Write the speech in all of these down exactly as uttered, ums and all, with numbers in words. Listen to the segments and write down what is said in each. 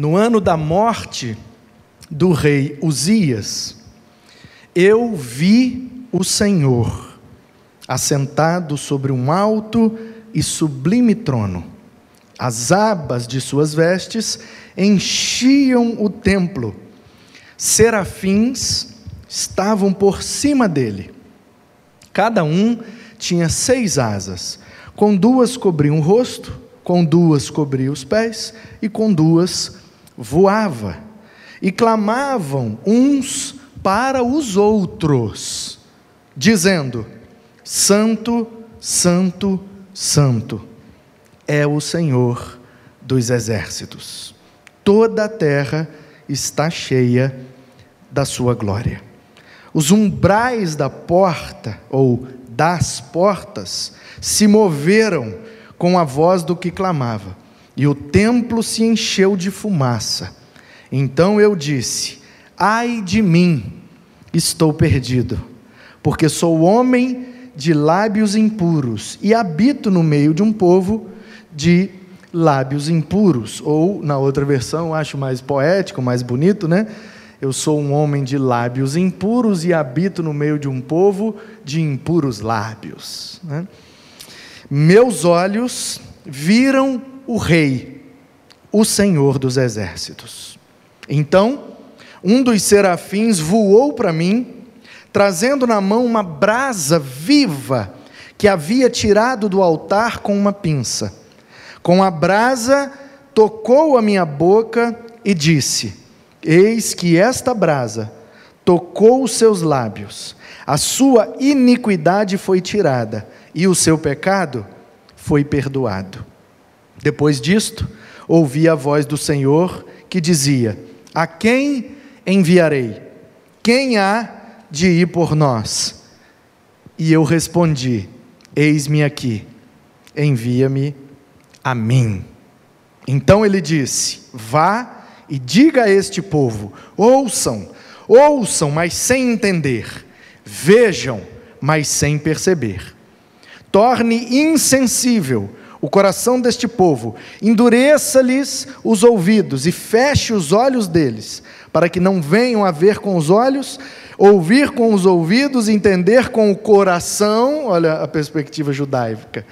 no ano da morte do rei Uzias, eu vi o Senhor assentado sobre um alto e sublime trono. As abas de suas vestes enchiam o templo. Serafins estavam por cima dele. Cada um tinha seis asas. Com duas cobriam o rosto, com duas cobria os pés, e com duas voava. E clamavam uns para os outros, dizendo: Santo, Santo, Santo é o Senhor dos exércitos. Toda a terra está cheia da sua glória. Os umbrais da porta, ou das portas, se moveram com a voz do que clamava, e o templo se encheu de fumaça. Então eu disse: ai de mim, estou perdido, porque sou homem de lábios impuros, e habito no meio de um povo de lábios impuros. Ou, na outra versão, acho mais poético, mais bonito, né? Eu sou um homem de lábios impuros e habito no meio de um povo de impuros lábios, né? Meus olhos viram o Rei, o Senhor dos exércitos. Então, um dos serafins voou para mim, trazendo na mão uma brasa viva que havia tirado do altar com uma pinça. Com a brasa, tocou a minha boca e disse: eis que esta brasa tocou os seus lábios, a sua iniquidade foi tirada, e o seu pecado foi perdoado. Depois disto, ouvi a voz do Senhor que dizia: a quem enviarei? Quem há de ir por nós? E eu respondi: eis-me aqui, envia-me a mim. Então ele disse: vá e diga a este povo: ouçam, ouçam, mas sem entender, vejam, mas sem perceber. Torne insensível o coração deste povo, endureça-lhes os ouvidos e feche os olhos deles, para que não venham a ver com os olhos, ouvir com os ouvidos, entender com o coração. Olha a perspectiva judaica: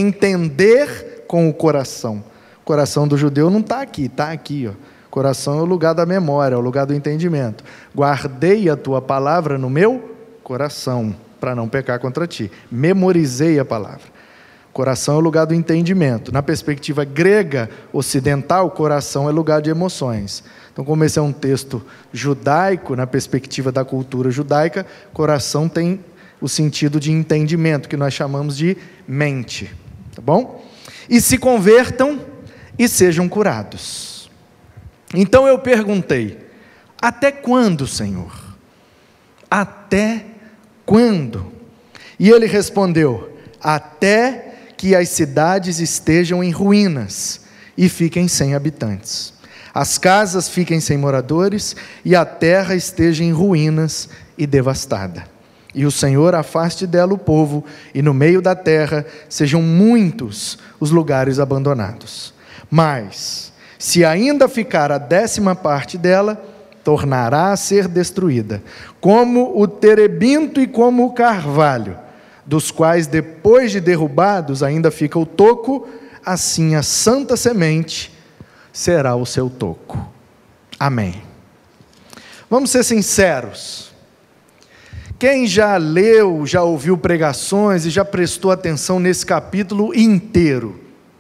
entender com o coração. O coração do judeu não está aqui, está aqui, ó. Coração é o lugar da memória, é o lugar do entendimento. Guardei a tua palavra no meu coração, para não pecar contra ti. Memorizei a palavra. Coração é o lugar do entendimento. Na perspectiva grega ocidental, coração é lugar de emoções. Então, como esse é um texto judaico, na perspectiva da cultura judaica, coração tem o sentido de entendimento, que nós chamamos de mente. Tá bom? E se convertam e sejam curados. Então eu perguntei: até quando, Senhor? Até quando? E ele respondeu: até que as cidades estejam em ruínas e fiquem sem habitantes, as casas fiquem sem moradores e a terra esteja em ruínas e devastada. E o Senhor afaste dela o povo, e no meio da terra sejam muitos os lugares abandonados. Mas, se ainda ficar a décima parte dela, tornará a ser destruída, como o terebinto e como o carvalho, dos quais depois de derrubados ainda fica o toco, assim a santa semente será o seu toco. Amém. Vamos ser sinceros. Quem já leu, já ouviu pregações e já prestou atenção nesse capítulo inteiro?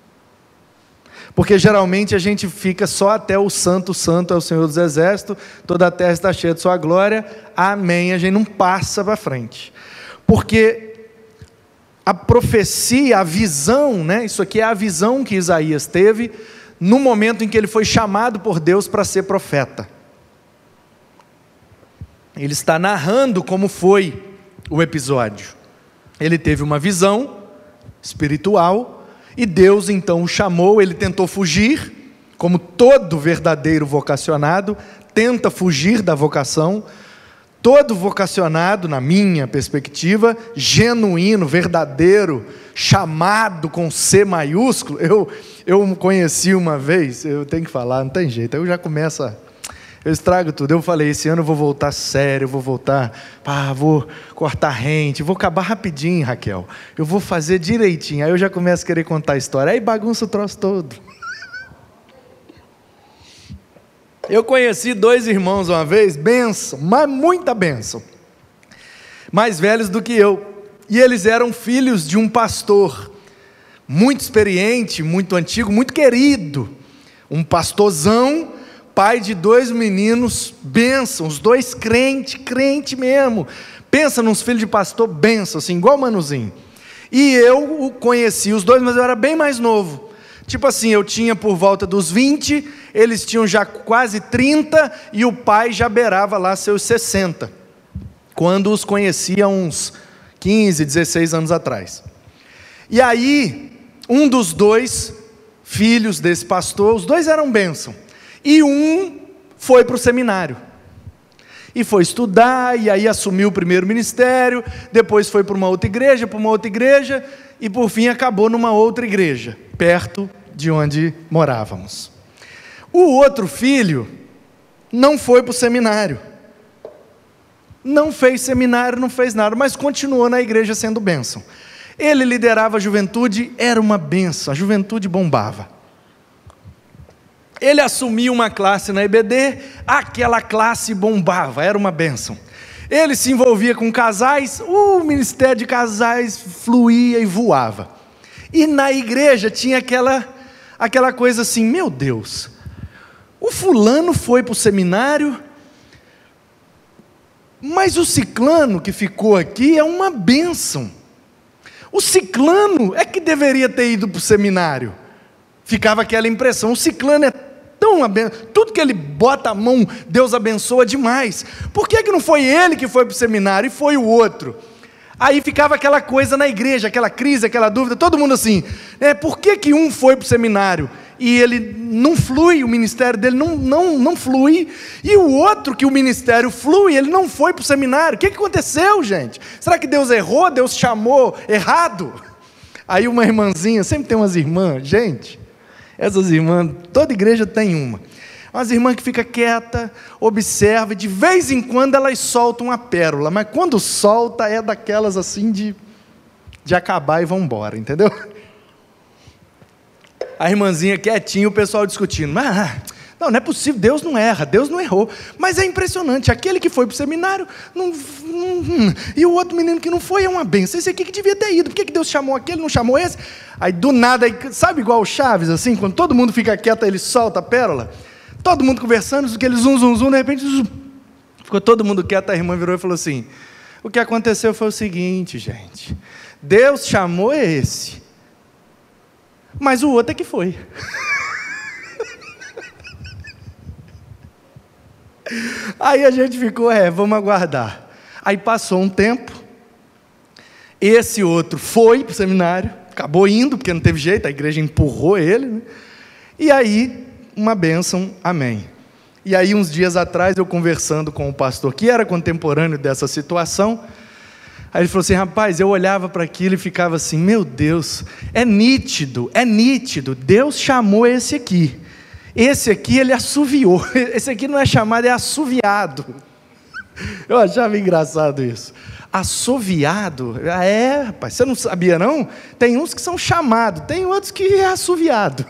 Porque geralmente a gente fica só até o santo, santo é o Senhor dos exércitos, toda a terra está cheia de sua glória, amém, a gente não passa para frente. Porque a profecia, a visão, né? Isso aqui é a visão que Isaías teve no momento em que ele foi chamado por Deus para ser profeta. Ele está narrando como foi o episódio. Ele teve uma visão espiritual e Deus então o chamou. Ele tentou fugir, como todo verdadeiro vocacionado tenta fugir da vocação. todo vocacionado, na minha perspectiva, genuíno, verdadeiro, chamado com C maiúsculo. Eu, eu conheci uma vez, eu tenho que falar, não tem jeito, eu já começo a... Eu estrago tudo. Eu falei, esse ano eu vou voltar sério, eu vou voltar, pá, vou cortar rente, vou acabar rapidinho, Raquel. Eu vou fazer direitinho. Aí eu já começo a querer contar a história. Aí bagunça o troço todo. Eu conheci dois irmãos uma vez, bênção, mas muita bênção. Mais velhos do que eu. E eles eram filhos de um pastor, muito experiente, muito antigo, muito querido. Um pastorzão, pai de dois meninos, bênção, os dois crente, crente mesmo. Pensa nos filhos de pastor, bênção, assim, igual o Manuzinho. E eu conheci os dois, mas eu era bem mais novo. Tipo assim, eu tinha por volta dos vinte, eles tinham já quase trinta, e o pai já beirava lá seus sessenta, quando os conheci há uns quinze, dezesseis anos atrás. E aí, um dos dois filhos desse pastor, os dois eram bênção. E um foi para o seminário, e foi estudar, e aí assumiu o primeiro ministério, depois foi para uma outra igreja, para uma outra igreja, e por fim acabou numa outra igreja, perto de onde morávamos. O outro filho não foi para o seminário, não fez seminário, não fez nada, mas continuou na igreja sendo bênção. Ele liderava a juventude, era uma bênção, a juventude bombava. Ele assumiu uma classe na I B D, aquela classe bombava, era uma bênção. Ele se envolvia com casais, o ministério de casais fluía e voava. E na igreja tinha aquela, aquela coisa assim, meu Deus, o fulano foi para o seminário, mas o ciclano que ficou aqui é uma bênção. O ciclano é que deveria ter ido para o seminário. Ficava aquela impressão, o ciclano é tão abençoado, tudo que ele bota a mão, Deus abençoa demais. Por que que não foi ele que foi para o seminário e foi o outro? Aí ficava aquela coisa na igreja, aquela crise, aquela dúvida, todo mundo assim, né? Por que que um foi para o seminário e ele não flui, o ministério dele não, não, não flui, e o outro que o ministério flui, ele não foi para o seminário? O que que aconteceu, gente? Será que Deus errou? Deus chamou errado? Aí uma irmãzinha, sempre tem umas irmãs, gente, essas irmãs, toda igreja tem uma, umas irmãs que fica quieta, observa, e de vez em quando elas soltam uma pérola, mas quando solta é daquelas assim de, de acabar e vão embora, entendeu? A irmãzinha quietinha, o pessoal discutindo, ah, não, não é possível, Deus não erra, Deus não errou, mas é impressionante, aquele que foi para o seminário, não, não, e o outro menino que não foi é uma benção, esse aqui que devia ter ido, por que que Deus chamou aquele, não chamou esse? Aí do nada, aí, sabe igual o Chaves, assim, quando todo mundo fica quieto, ele solta a pérola, todo mundo conversando, aquele zum, zum, zum, de repente, zum, ficou todo mundo quieto, a irmã virou e falou assim, o que aconteceu foi o seguinte, gente, Deus chamou esse, mas o outro é que foi. Aí a gente ficou, é, vamos aguardar. Aí passou um tempo, esse outro foi para o seminário, acabou indo, porque não teve jeito, a igreja empurrou ele, né? E aí, uma bênção, amém. E aí, uns dias atrás, eu conversando com o pastor, que era contemporâneo dessa situação, aí ele falou assim, rapaz, eu olhava para aquilo e ficava assim, meu Deus, é nítido, é nítido, Deus chamou esse aqui, esse aqui ele assoviou, esse aqui não é chamado, é assoviado. Eu achava engraçado isso, assoviado, ah, é rapaz, você não sabia não? Tem uns que são chamados, tem outros que é assoviado.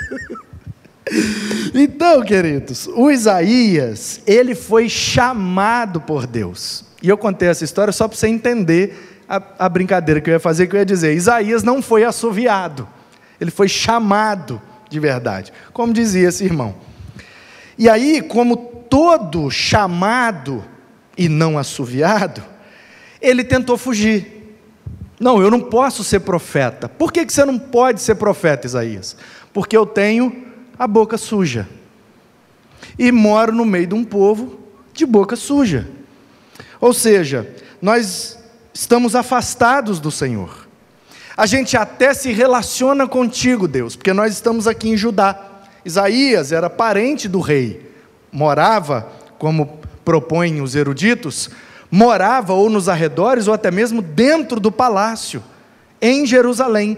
Então, queridos, o Isaías, ele foi chamado por Deus. E eu contei essa história só para você entender a, a brincadeira que eu ia fazer, que eu ia dizer, Isaías não foi assoviado, ele foi chamado de verdade, como dizia esse irmão. E aí, como todo chamado e não assoviado, ele tentou fugir. Não, eu não posso ser profeta. Por que que você não pode ser profeta, Isaías? Porque eu tenho a boca suja, e moro no meio de um povo de boca suja. Ou seja, nós estamos afastados do Senhor. A gente até se relaciona contigo, Deus, porque nós estamos aqui em Judá. Isaías era parente do rei, morava, como propõem os eruditos, morava ou nos arredores, ou até mesmo dentro do palácio, em Jerusalém.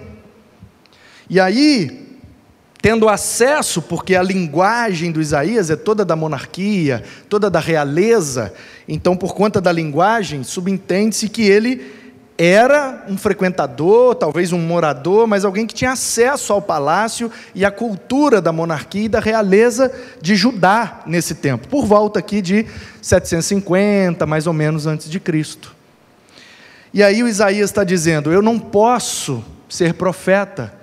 E aí, tendo acesso, porque a linguagem do Isaías é toda da monarquia, toda da realeza, então por conta da linguagem, subentende-se que ele era um frequentador, talvez um morador, mas alguém que tinha acesso ao palácio e à cultura da monarquia e da realeza de Judá nesse tempo, por volta aqui de setecentos e cinquenta, mais ou menos antes de Cristo. E aí o Isaías está dizendo: eu não posso ser profeta,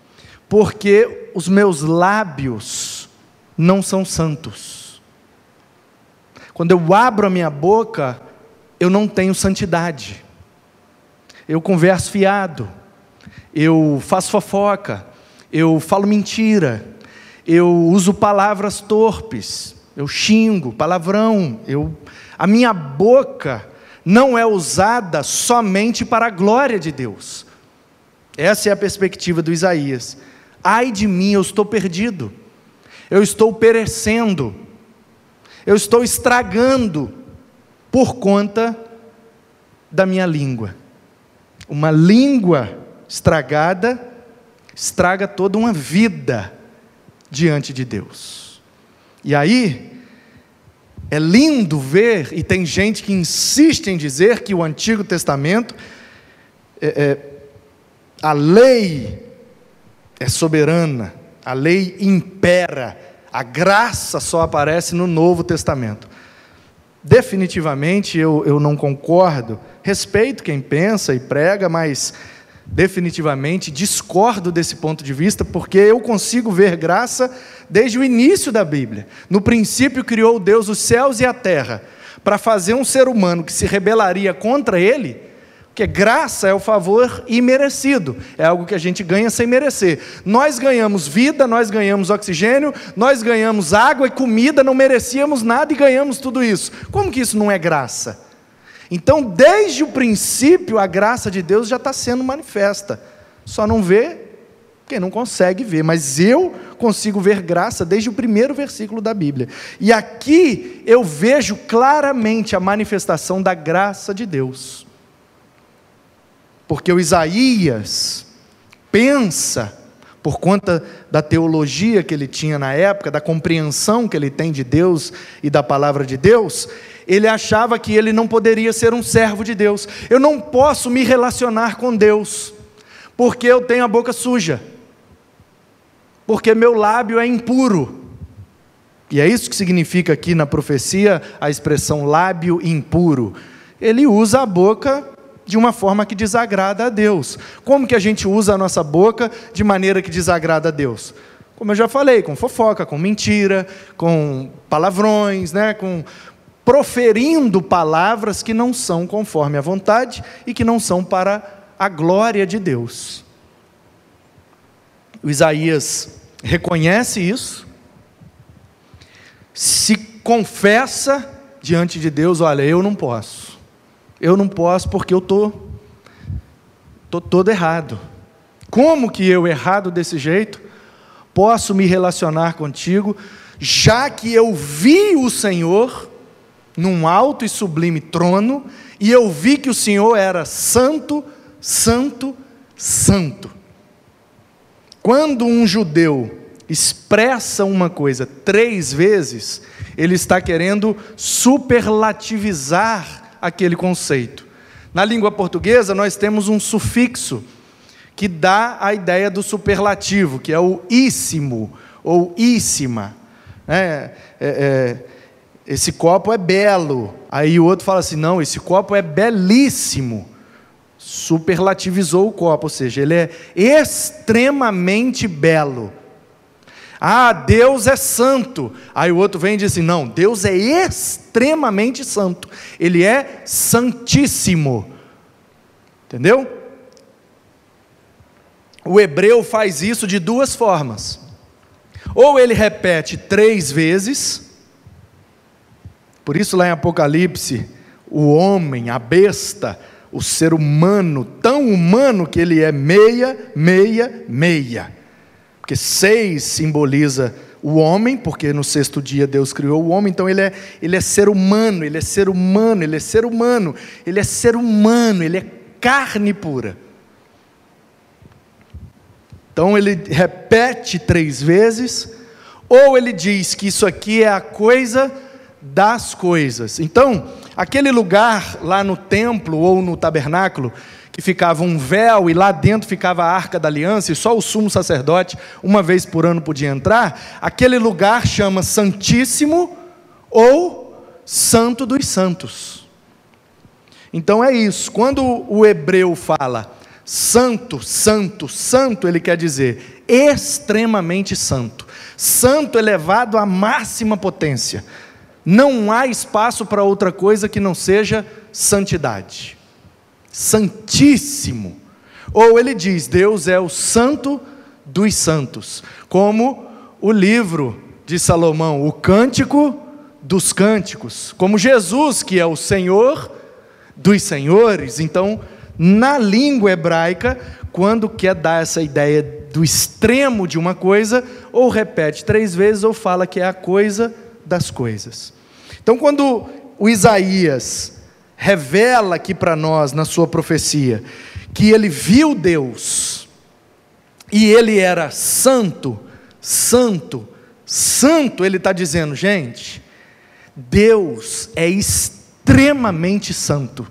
porque os meus lábios não são santos. Quando eu abro a minha boca, eu não tenho santidade. Eu converso fiado, eu faço fofoca, eu falo mentira, eu uso palavras torpes, eu xingo, palavrão, eu... a minha boca não é usada somente para a glória de Deus. Essa é a perspectiva do Isaías. Ai de mim, eu estou perdido, eu estou perecendo, eu estou estragando por conta da minha língua. Uma língua estragada estraga toda uma vida diante de Deus. E aí, é lindo ver, e tem gente que insiste em dizer que o Antigo Testamento, é, é, a lei é soberana, a lei impera, a graça só aparece no Novo Testamento. Definitivamente eu, eu não concordo, respeito quem pensa e prega, mas definitivamente discordo desse ponto de vista, porque eu consigo ver graça desde o início da Bíblia. No princípio criou Deus os céus e a terra, para fazer um ser humano que se rebelaria contra Ele, porque graça é o favor imerecido, é algo que a gente ganha sem merecer. Nós ganhamos vida, nós ganhamos oxigênio, nós ganhamos água e comida, não merecíamos nada e ganhamos tudo isso. Como que isso não é graça? Então, desde o princípio, a graça de Deus já está sendo manifesta. Só não vê quem não consegue ver, mas eu consigo ver graça desde o primeiro versículo da Bíblia. E aqui eu vejo claramente a manifestação da graça de Deus. Porque o Isaías pensa, por conta da teologia que ele tinha na época, da compreensão que ele tem de Deus e da palavra de Deus, ele achava que ele não poderia ser um servo de Deus. Eu não posso me relacionar com Deus, porque eu tenho a boca suja, porque meu lábio é impuro. E é isso que significa aqui na profecia a expressão lábio impuro. Ele usa a boca de uma forma que desagrada a Deus. Como que a gente usa a nossa boca de maneira que desagrada a Deus? Como eu já falei, com fofoca, com mentira, com palavrões, né? com proferindo palavras que não são conforme a vontade e que não são para a glória de Deus. O Isaías reconhece isso, se confessa diante de Deus: olha, eu não posso. Eu não posso porque eu estou tô, tô todo errado. Como que eu, errado desse jeito, posso me relacionar contigo, já que eu vi o Senhor num alto e sublime trono, e eu vi que o Senhor era santo, santo, santo. Quando um judeu expressa uma coisa três vezes, ele está querendo superlativizar aquele conceito. Na língua portuguesa nós temos um sufixo que dá a ideia do superlativo, que é o íssimo ou íssima. É, é, é, esse copo é belo. Aí o outro fala assim: não, esse copo é belíssimo. Superlativizou o copo, ou seja, ele é extremamente belo. Ah, Deus é santo. Aí o outro vem e diz assim: não, Deus é extremamente santo, Ele é santíssimo. Entendeu? O hebreu faz isso de duas formas. Ou ele repete três vezes, por isso lá em Apocalipse, o homem, a besta, o ser humano, tão humano que ele é meia, meia, meia. Porque seis simboliza o homem, porque no sexto dia Deus criou o homem, então ele é, ele é ser humano, ele é ser humano, ele é ser humano, ele é ser humano, ele é carne pura. Então ele repete três vezes, ou ele diz que isso aqui é a coisa das coisas. Então, aquele lugar lá no templo ou no tabernáculo, que ficava um véu e lá dentro ficava a Arca da Aliança, e só o sumo sacerdote uma vez por ano podia entrar, aquele lugar chama Santíssimo ou Santo dos Santos. Então é isso, quando o hebreu fala santo, santo, santo, ele quer dizer extremamente santo, santo elevado à máxima potência. Não há espaço para outra coisa que não seja santidade. Santíssimo. Ou ele diz, Deus é o santo dos santos, como o livro de Salomão, o cântico dos cânticos, como Jesus, que é o Senhor dos senhores. Então, na língua hebraica, quando quer dar essa ideia do extremo de uma coisa, ou repete três vezes, ou fala que é a coisa das coisas. Então, quando o Isaías revela aqui para nós, na sua profecia, que ele viu Deus, e ele era santo, santo, santo, ele está dizendo, gente, Deus é extremamente santo.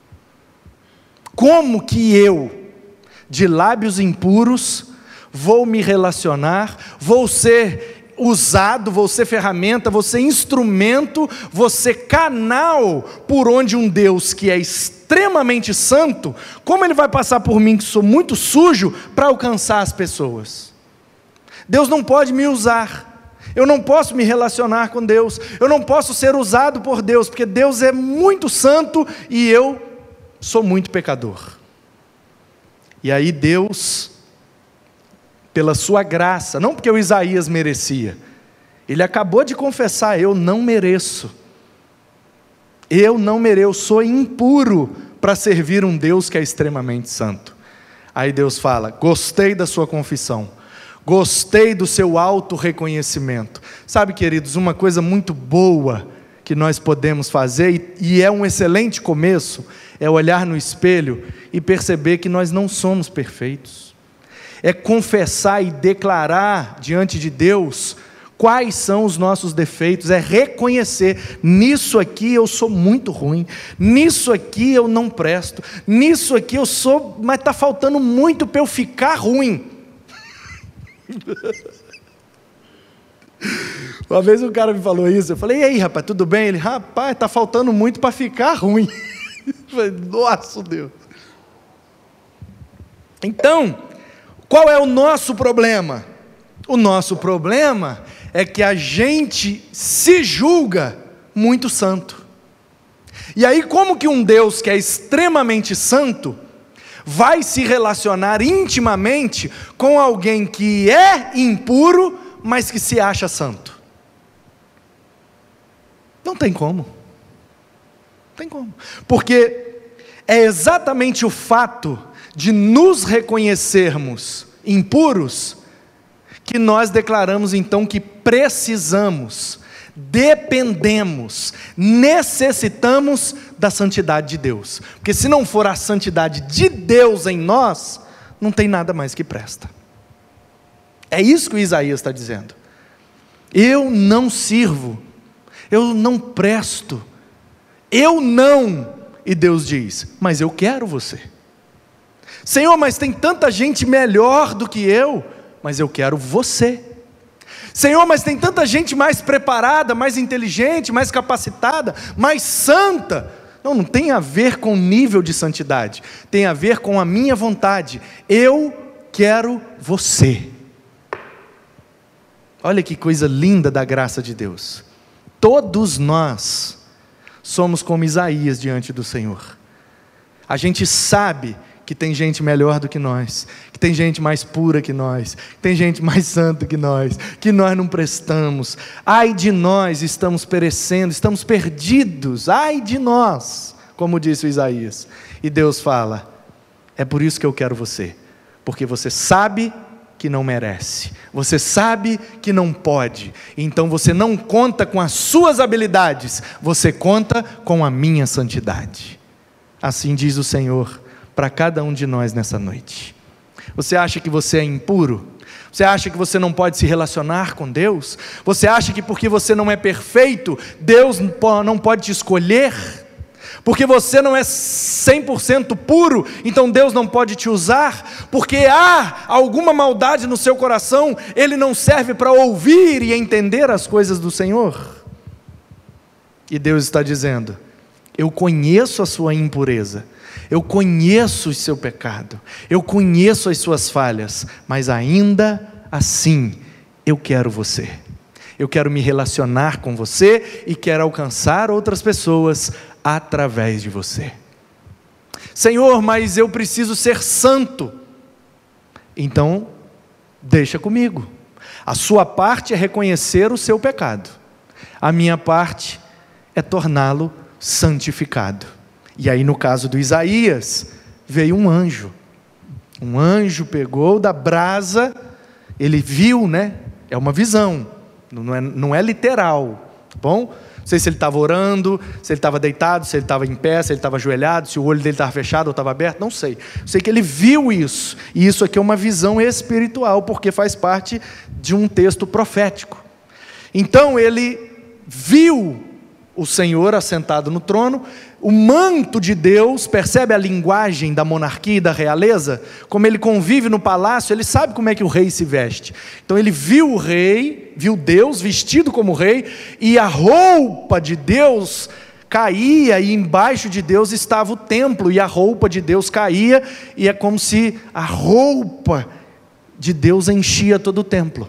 Como que eu, de lábios impuros, vou me relacionar, vou ser usado, vou ser ferramenta, vou ser instrumento, vou ser canal por onde um Deus que é extremamente santo, como ele vai passar por mim que sou muito sujo para alcançar as pessoas? Deus não pode me usar, eu não posso me relacionar com Deus, eu não posso ser usado por Deus, porque Deus é muito santo e eu sou muito pecador. E aí Deus, pela sua graça, não porque o Isaías merecia, ele acabou de confessar, eu não mereço, eu não mereço, eu sou impuro para servir um Deus que é extremamente santo. Aí Deus fala, gostei da sua confissão, gostei do seu auto-reconhecimento. Sabe, queridos, uma coisa muito boa que nós podemos fazer, e, e é um excelente começo, é olhar no espelho e perceber que nós não somos perfeitos. É confessar e declarar diante de Deus quais são os nossos defeitos, é reconhecer, nisso aqui eu sou muito ruim, nisso aqui eu não presto, nisso aqui eu sou, mas está faltando muito para eu ficar ruim. Uma vez um cara me falou isso, eu falei, e aí rapaz, tudo bem? Ele, rapaz, está faltando muito para ficar ruim. Eu falei, nossa Deus. Então, qual é o nosso problema? O nosso problema é que a gente se julga muito santo. E aí como que um Deus que é extremamente santo vai se relacionar intimamente com alguém que é impuro, mas que se acha santo? Não tem como. Não tem como. Porque é exatamente o fato de nos reconhecermos impuros que nós declaramos então que precisamos, dependemos, necessitamos da santidade de Deus. Porque se não for a santidade de Deus em nós, não tem nada mais que presta. É isso que o Isaías está dizendo. Eu não sirvo, eu não presto, eu não, e Deus diz, mas eu quero você. Senhor, mas tem tanta gente melhor do que eu, mas eu quero você. Senhor, mas tem tanta gente mais preparada, mais inteligente, mais capacitada, mais santa. Não, não tem a ver com o nível de santidade, tem a ver com a minha vontade. Eu quero você. Olha que coisa linda da graça de Deus. Todos nós somos como Isaías diante do Senhor. A gente sabe que tem gente melhor do que nós, que tem gente mais pura que nós, que tem gente mais santa que nós, que nós não prestamos. Ai de nós, estamos perecendo, estamos perdidos, ai de nós, como disse o Isaías. E Deus fala, é por isso que eu quero você, porque você sabe que não merece, você sabe que não pode, então você não conta com as suas habilidades, você conta com a minha santidade. Assim diz o Senhor para cada um de nós nessa noite. Você acha que você é impuro? Você acha que você não pode se relacionar com Deus? Você acha que porque você não é perfeito, Deus não pode te escolher? Porque você não é cem por cento puro, então Deus não pode te usar? Porque há alguma maldade no seu coração, Ele não serve para ouvir e entender as coisas do Senhor? E Deus está dizendo: eu conheço a sua impureza, eu conheço o seu pecado, eu conheço as suas falhas, mas ainda assim, eu quero você. Eu quero me relacionar com você e quero alcançar outras pessoas através de você. Senhor, mas eu preciso ser santo. Então, deixa comigo. A sua parte é reconhecer o seu pecado. A minha parte é torná-lo santificado. E aí no caso do Isaías, veio um anjo. Um anjo pegou da brasa, ele viu, né? É uma visão, não é, não é literal, tá bom? Não sei se ele estava orando, se ele estava deitado, se ele estava em pé, se ele estava ajoelhado, se o olho dele estava fechado ou estava aberto, não sei. Sei que ele viu isso, e isso aqui é uma visão espiritual, porque faz parte de um texto profético. Então ele viu o Senhor assentado no trono, o manto de Deus, percebe a linguagem da monarquia e da realeza? Como ele convive no palácio, ele sabe como é que o rei se veste. Então ele viu o rei, viu Deus vestido como rei, e a roupa de Deus caía, e embaixo de Deus estava o templo, e a roupa de Deus caía, e é como se a roupa de Deus enchia todo o templo,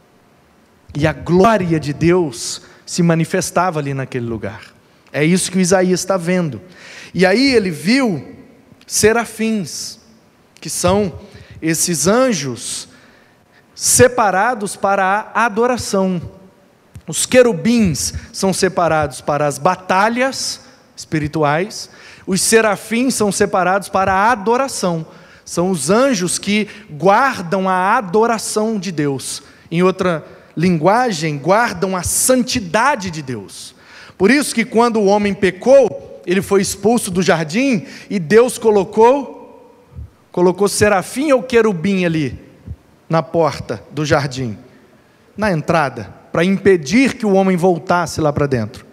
e a glória de Deus se manifestava ali naquele lugar. É isso que o Isaías está vendo. E aí ele viu serafins, que são esses anjos separados para a adoração. Os querubins são separados para as batalhas espirituais, os serafins são separados para a adoração. São os anjos que guardam a adoração de Deus. Em outra linguagem, guardam a santidade de Deus. Por isso que quando o homem pecou, ele foi expulso do jardim, e Deus colocou, colocou serafim ou querubim ali, na porta do jardim, na entrada, para impedir que o homem voltasse lá para dentro.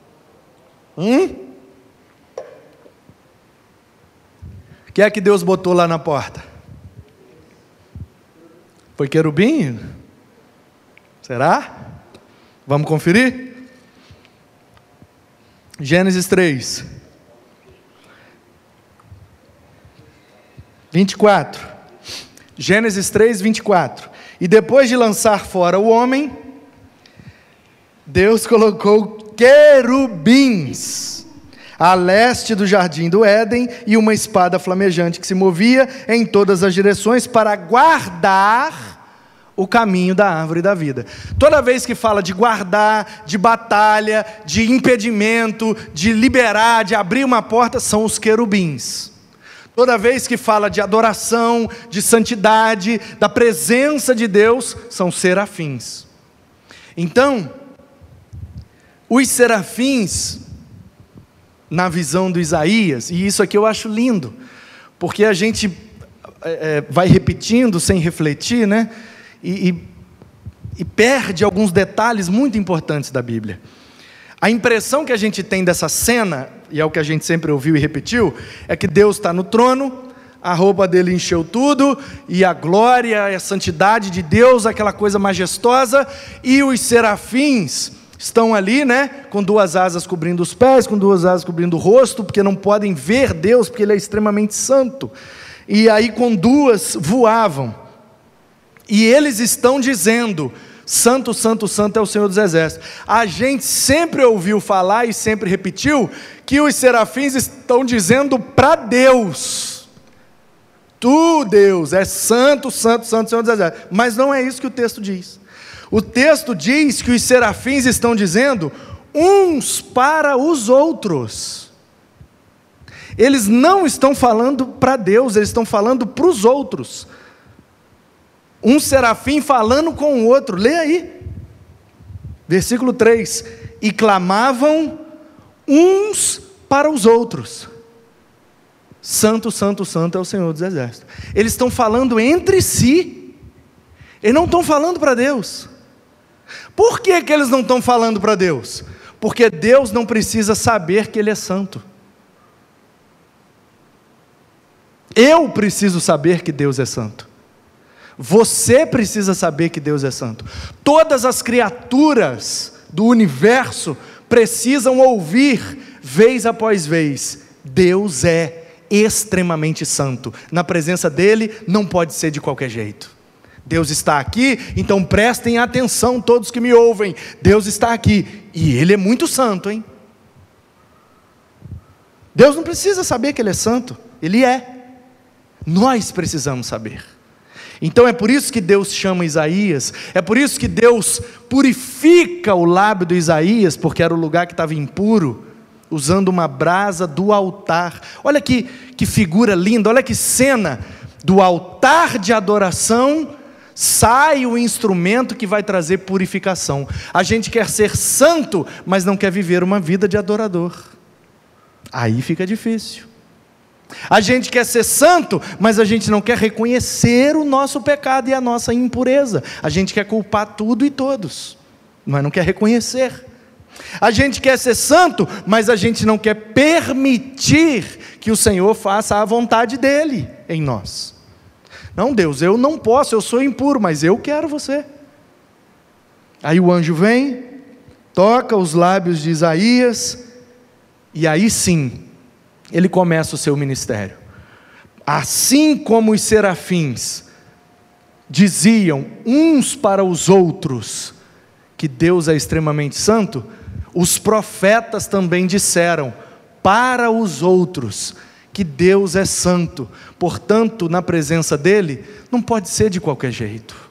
Hum? O que é que Deus botou lá na porta? Foi querubim? Será? Vamos conferir? Gênesis três, vinte e quatro. Gênesis três, vinte e quatro. E depois de lançar fora o homem, Deus colocou querubins a leste do jardim do Éden, e uma espada flamejante que se movia em todas as direções para guardar o caminho da árvore da vida. Toda vez que fala de guardar, de batalha, de impedimento, de liberar, de abrir uma porta, são os querubins. Toda vez que fala de adoração, de santidade, da presença de Deus, são serafins. Então, os serafins, na visão do Isaías, e isso aqui eu acho lindo, porque a gente é, vai repetindo sem refletir, né? E, e, e perde alguns detalhes muito importantes da Bíblia. A impressão que a gente tem dessa cena, e é o que a gente sempre ouviu e repetiu, é que Deus está no trono, a roupa dele encheu tudo, e a glória e a santidade de Deus, aquela coisa majestosa, e os serafins estão ali, né, com duas asas cobrindo os pés, com duas asas cobrindo o rosto, porque não podem ver Deus, porque Ele é extremamente santo, e aí com duas voavam. E eles estão dizendo: santo, santo, santo é o Senhor dos Exércitos. A gente sempre ouviu falar e sempre repetiu que os serafins estão dizendo para Deus: tu, Deus, é santo, santo, santo, Senhor dos Exércitos. Mas não é isso que o texto diz. O texto diz que os serafins estão dizendo uns para os outros. Eles não estão falando para Deus, eles estão falando para os outros. um serafim falando com o outro, lê aí, versículo três, e clamavam uns para os outros, santo, santo, santo é o Senhor dos Exércitos. Eles estão falando entre si, eles não estão falando para Deus. Por que que eles não estão falando para Deus? Porque Deus não precisa saber que Ele é santo. Eu preciso saber que Deus é santo. Você precisa saber que Deus é santo. Todas as criaturas do universo precisam ouvir, vez após vez, Deus é extremamente santo. Na presença dEle não pode ser de qualquer jeito. Deus está aqui, então prestem atenção todos que me ouvem. Deus está aqui, e Ele é muito santo, hein? Deus não precisa saber que Ele é santo, Ele é. Nós precisamos saber. Então é por isso que Deus chama Isaías, é por isso que Deus purifica o lábio do Isaías, porque era o lugar que estava impuro, usando uma brasa do altar. Olha que, que figura linda, olha que cena, do altar de adoração, sai o instrumento que vai trazer purificação. A gente quer ser santo, mas não quer viver uma vida de adorador, aí fica difícil. A gente quer ser santo, mas a gente não quer reconhecer o nosso pecado e a nossa impureza. A gente quer culpar tudo e todos, mas não quer reconhecer. A gente quer ser santo, mas a gente não quer permitir que o Senhor faça a vontade dEle em nós. Não, Deus, eu não posso, eu sou impuro, mas eu quero você. Aí o anjo vem, toca os lábios de Isaías, e aí sim, ele começa o seu ministério. Assim como os serafins diziam uns para os outros que Deus é extremamente santo, os profetas também disseram para os outros que Deus é santo. Portanto, na presença dele, não pode ser de qualquer jeito.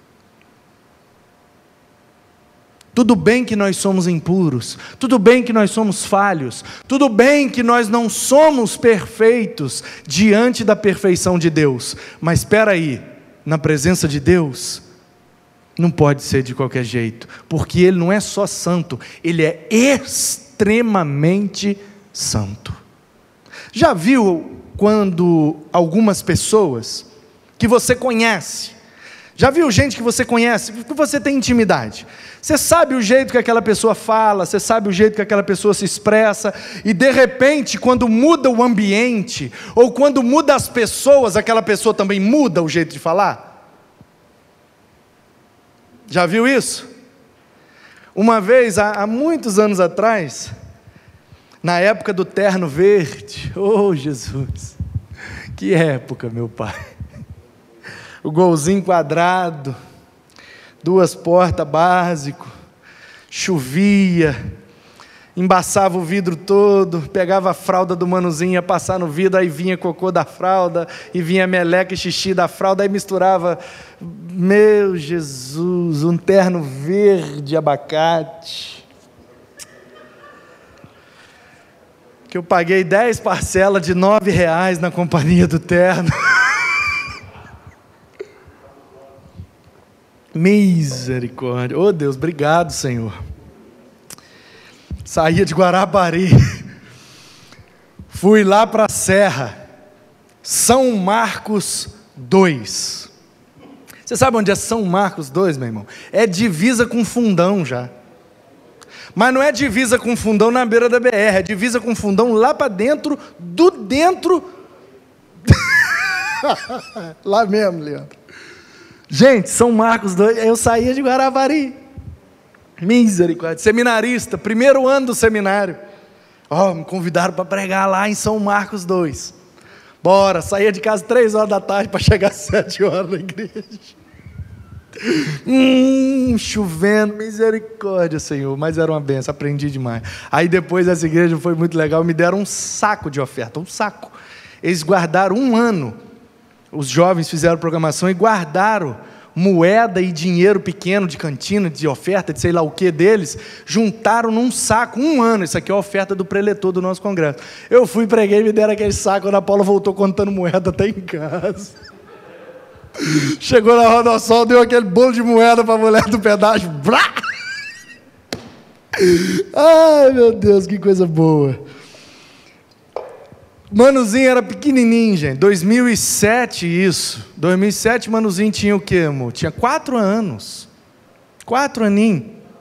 Tudo bem que nós somos impuros, tudo bem que nós somos falhos, tudo bem que nós não somos perfeitos diante da perfeição de Deus, mas espera aí, na presença de Deus, não pode ser de qualquer jeito, porque Ele não é só santo, Ele é extremamente santo. Já viu quando algumas pessoas que você conhece, já viu gente que você conhece, que você tem intimidade, você sabe o jeito que aquela pessoa fala, você sabe o jeito que aquela pessoa se expressa, e de repente, quando muda o ambiente, ou quando muda as pessoas, aquela pessoa também muda o jeito de falar? Já viu isso? Uma vez, há, há muitos anos atrás, na época do terno verde, oh Jesus, que época, meu pai, o golzinho quadrado, duas portas básico, chovia, embaçava o vidro todo, pegava a fralda do manuzinho, ia passar no vidro, aí vinha cocô da fralda, e vinha meleca e xixi da fralda, aí misturava, meu Jesus, um terno verde abacate, que eu paguei dez parcelas de nove reais na companhia do terno. Misericórdia, oh Deus, obrigado Senhor. Saía de Guarapari, fui lá para a Serra, São Marcos dois. Você sabe onde é São Marcos dois, meu irmão? É divisa com Fundão já. Mas não é divisa com Fundão na beira da B R, é divisa com Fundão lá para dentro, do dentro. Lá mesmo, Leandro. Gente, São Marcos dois, eu saía de Guarapari, misericórdia, seminarista, primeiro ano do seminário, ó, oh, me convidaram para pregar lá em São Marcos dois, bora, saía de casa três horas da tarde para chegar às sete horas na igreja, hum, chovendo, misericórdia Senhor, mas era uma benção, aprendi demais. Aí depois dessa igreja foi muito legal, me deram um saco de oferta, um saco, eles guardaram um ano, os jovens fizeram programação e guardaram moeda e dinheiro pequeno de cantina, de oferta, de sei lá o que deles, juntaram num saco, um ano, isso aqui é a oferta do preletor do nosso congresso. Eu fui, preguei, me deram aquele saco, a Ana Paula voltou contando moeda até em casa. Chegou na Roda Sol, deu aquele bolo de moeda para a mulher do pedágio. Brá! Ai, meu Deus, que coisa boa. Manuzinho era pequenininho, gente. dois mil e sete, isso. dois mil e sete, Manuzinho tinha o quê, amor? Tinha quatro anos. Quatro aninhos.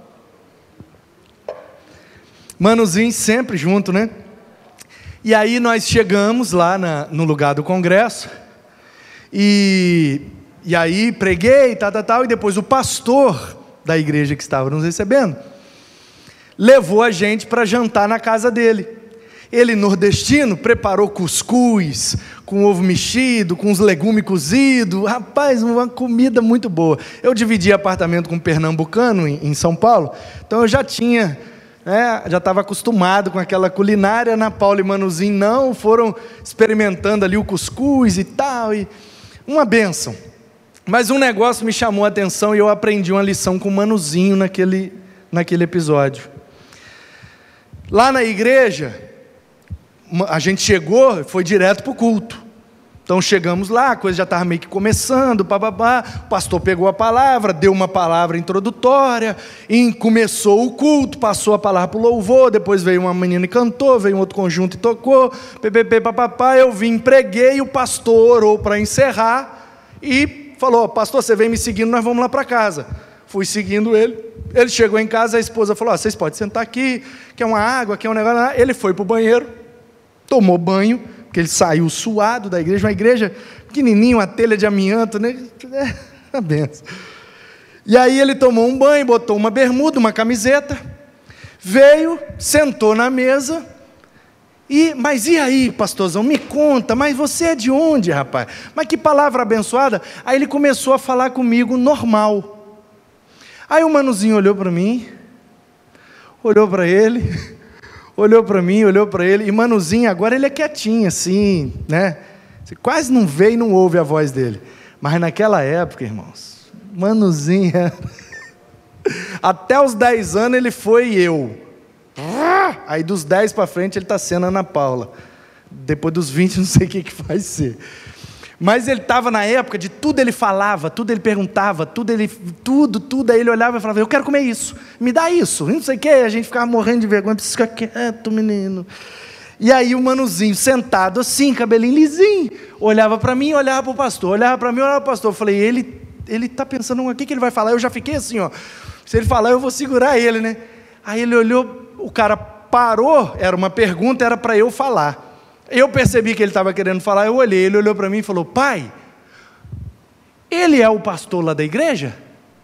Manuzinho sempre junto, né? E aí nós chegamos lá na, no lugar do congresso. E, e aí preguei, tal, tal, tal. E depois o pastor da igreja que estava nos recebendo levou a gente para jantar na casa dele. Ele, nordestino, preparou cuscuz, com ovo mexido, com os legumes cozidos. Rapaz, uma comida muito boa. Eu dividi apartamento com um pernambucano em, em São Paulo, então eu já tinha, né, já estava acostumado com aquela culinária. Ana Paula e Manuzinho não, foram experimentando ali o cuscuz e tal, e uma bênção. Mas um negócio me chamou a atenção e eu aprendi uma lição com o Manuzinho naquele, naquele episódio. Lá na igreja, a gente chegou, foi direto para o culto. Então chegamos lá, a coisa já estava meio que começando, papapá. O pastor pegou a palavra, deu uma palavra introdutória, e começou o culto, passou a palavra para o louvor, depois veio uma menina e cantou, veio um outro conjunto e tocou, ppp, papapá. Eu vim, preguei, o pastor orou para encerrar, e falou: pastor, você vem me seguindo, nós vamos lá para casa. Fui seguindo ele. Ele chegou em casa, a esposa falou: oh, vocês podem sentar aqui, quer uma água, quer um negócio. Ele foi para o banheiro, tomou banho, porque ele saiu suado da igreja, uma igreja pequenininha, uma telha de amianto, né? É uma benção. E aí ele tomou um banho, botou uma bermuda, uma camiseta, veio, sentou na mesa, e, mas e aí, pastorzão, me conta, mas você é de onde, rapaz? Mas que palavra abençoada. Aí ele começou a falar comigo normal. Aí o Manuzinho olhou para mim, olhou para ele, olhou para mim, olhou para ele, e Manuzinho agora ele é quietinho assim, né? Você quase não vê e não ouve a voz dele. Mas naquela época, irmãos, Manuzinho era... até os dez anos ele foi eu. Aí dos dez para frente ele está sendo Ana Paula. Depois dos vinte não sei o que, que vai ser. Mas ele estava na época de tudo ele falava, tudo ele perguntava, tudo ele, tudo, tudo, aí ele olhava e falava: eu quero comer isso, me dá isso, não sei o que, a gente ficava morrendo de vergonha, precisa ficar quieto, menino. E aí o Manuzinho sentado assim, cabelinho lisinho, olhava para mim, olhava para o pastor, olhava para mim, olhava para o pastor. Eu falei: ele ele está pensando o que, que ele vai falar? Eu já fiquei assim, ó, se ele falar eu vou segurar ele, né? Aí ele olhou, o cara parou, era uma pergunta, era para eu falar. Eu percebi que ele estava querendo falar, eu olhei, ele olhou para mim e falou: pai, ele é o pastor lá da igreja?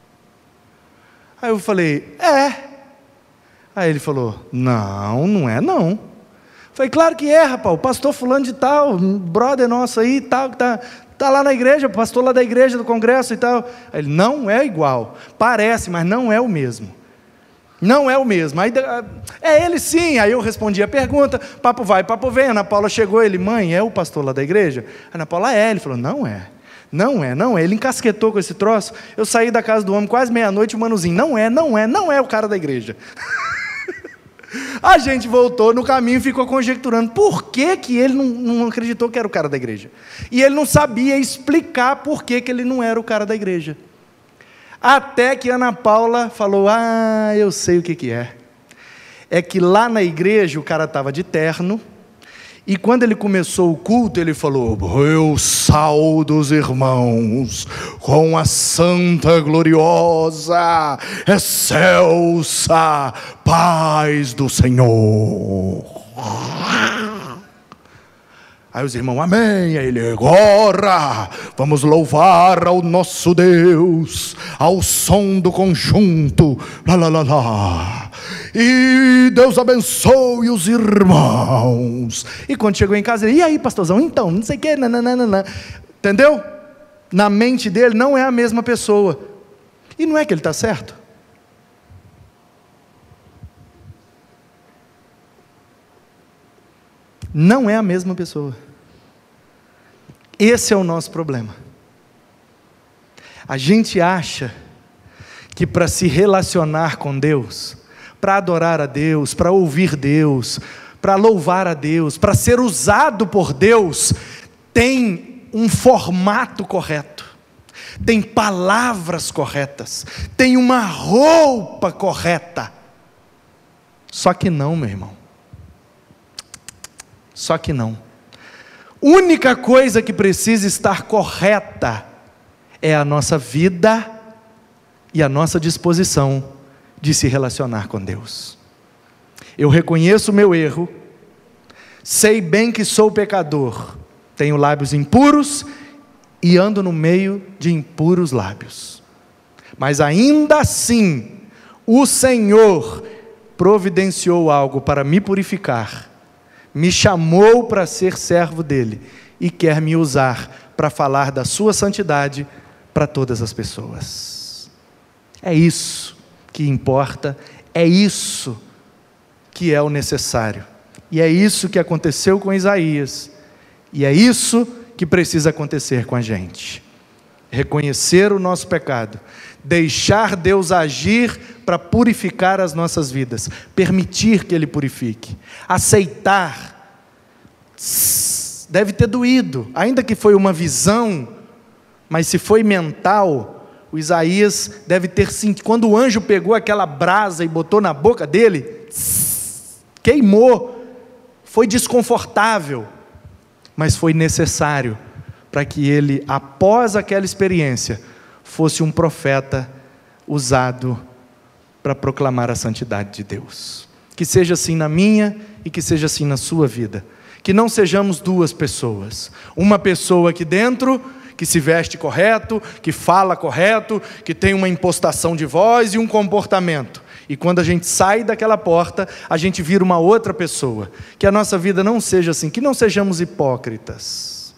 Aí eu falei: é. Aí ele falou: não, não é não. Eu falei: claro que é, rapaz, o pastor fulano de tal, um brother nosso aí, tal, que está tá lá na igreja, o pastor lá da igreja, do congresso e tal. Aí ele: não é igual, parece, mas não é o mesmo. Não é o mesmo. Aí, é ele sim. Aí eu respondi a pergunta, papo vai, papo vem. Ana Paula chegou, ele: mãe, é o pastor lá da igreja? Ana Paula: é. Ele falou: não é, não é, não é. Ele encasquetou com esse troço. Eu saí da casa do homem quase meia-noite, o Manuzinho: não é, não é, não é o cara da igreja. A gente voltou no caminho e ficou conjecturando por que, que ele não, não acreditou que era o cara da igreja. E ele não sabia explicar por que, que ele não era o cara da igreja. Até que Ana Paula falou: ah, eu sei o que que é. É que lá na igreja o cara estava de terno, e quando ele começou o culto, ele falou: eu saúdo os irmãos com a santa gloriosa, excelsa paz do Senhor. Aí os irmãos: amém. Aí ele: agora vamos louvar ao nosso Deus ao som do conjunto, lá, lá, lá, lá. E Deus abençoe os irmãos. E quando chegou em casa ele: e aí, pastorzão, então, não sei o que, nananana. Entendeu? Na mente dele não é a mesma pessoa. E não é que ele está certo? Não é a mesma pessoa. Esse é o nosso problema. A gente acha que para se relacionar com Deus, para adorar a Deus, para ouvir Deus, para louvar a Deus, para ser usado por Deus, tem um formato correto. tem palavras corretas, tem uma roupa correta. Só que não, meu irmão. Só que não. Única coisa que precisa estar correta é a nossa vida e a nossa disposição de se relacionar com Deus. Eu reconheço o meu erro, sei bem que sou pecador, tenho lábios impuros e ando no meio de impuros lábios. Mas ainda assim, o Senhor providenciou algo para me purificar, me chamou para ser servo dele e quer me usar para falar da sua santidade para todas as pessoas. É isso que importa, é isso que é o necessário. E é isso que aconteceu com Isaías. E é isso que precisa acontecer com a gente. Reconhecer o nosso pecado, deixar Deus agir para purificar as nossas vidas, permitir que Ele purifique, aceitar. Deve ter doído, ainda que foi uma visão, mas se foi mental, o Isaías deve ter sentido, quando o anjo pegou aquela brasa e botou na boca dele, queimou, foi desconfortável, mas foi necessário para que ele, após aquela experiência, fosse um profeta usado para proclamar a santidade de Deus. Que seja assim na minha e que seja assim na sua vida. Que não sejamos duas pessoas, uma pessoa aqui dentro que se veste correto, que fala correto, que tem uma impostação de voz e um comportamento. E quando a gente sai daquela porta, a gente vira uma outra pessoa. Que a nossa vida não seja assim, que não sejamos hipócritas.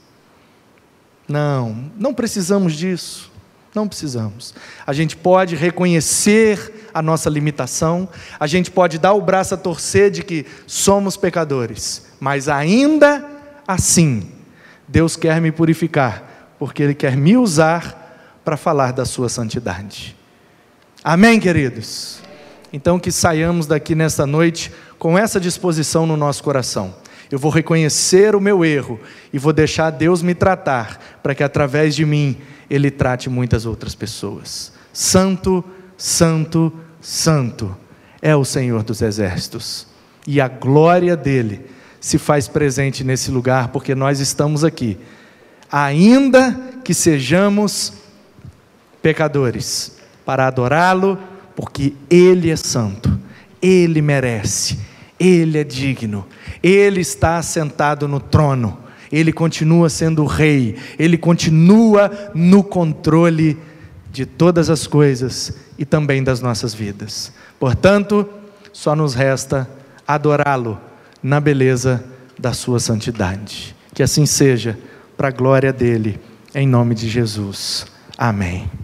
Não, não precisamos disso. Não precisamos. A gente pode reconhecer a nossa limitação, a gente pode dar o braço a torcer de que somos pecadores, mas ainda assim, Deus quer me purificar, porque Ele quer me usar para falar da sua santidade. Amém, queridos? Então que saiamos daqui nesta noite com essa disposição no nosso coração. Eu vou reconhecer o meu erro e vou deixar Deus me tratar, para que através de mim Ele trate muitas outras pessoas. Santo, santo, santo é o Senhor dos exércitos, e a glória dEle se faz presente nesse lugar, porque nós estamos aqui, ainda que sejamos pecadores, para adorá-lo, porque Ele é santo, Ele merece, Ele é digno, Ele está assentado no trono, Ele continua sendo o rei, Ele continua no controle de todas as coisas e também das nossas vidas. Portanto, só nos resta adorá-lo na beleza da sua santidade. Que assim seja, para a glória dEle, em nome de Jesus. Amém.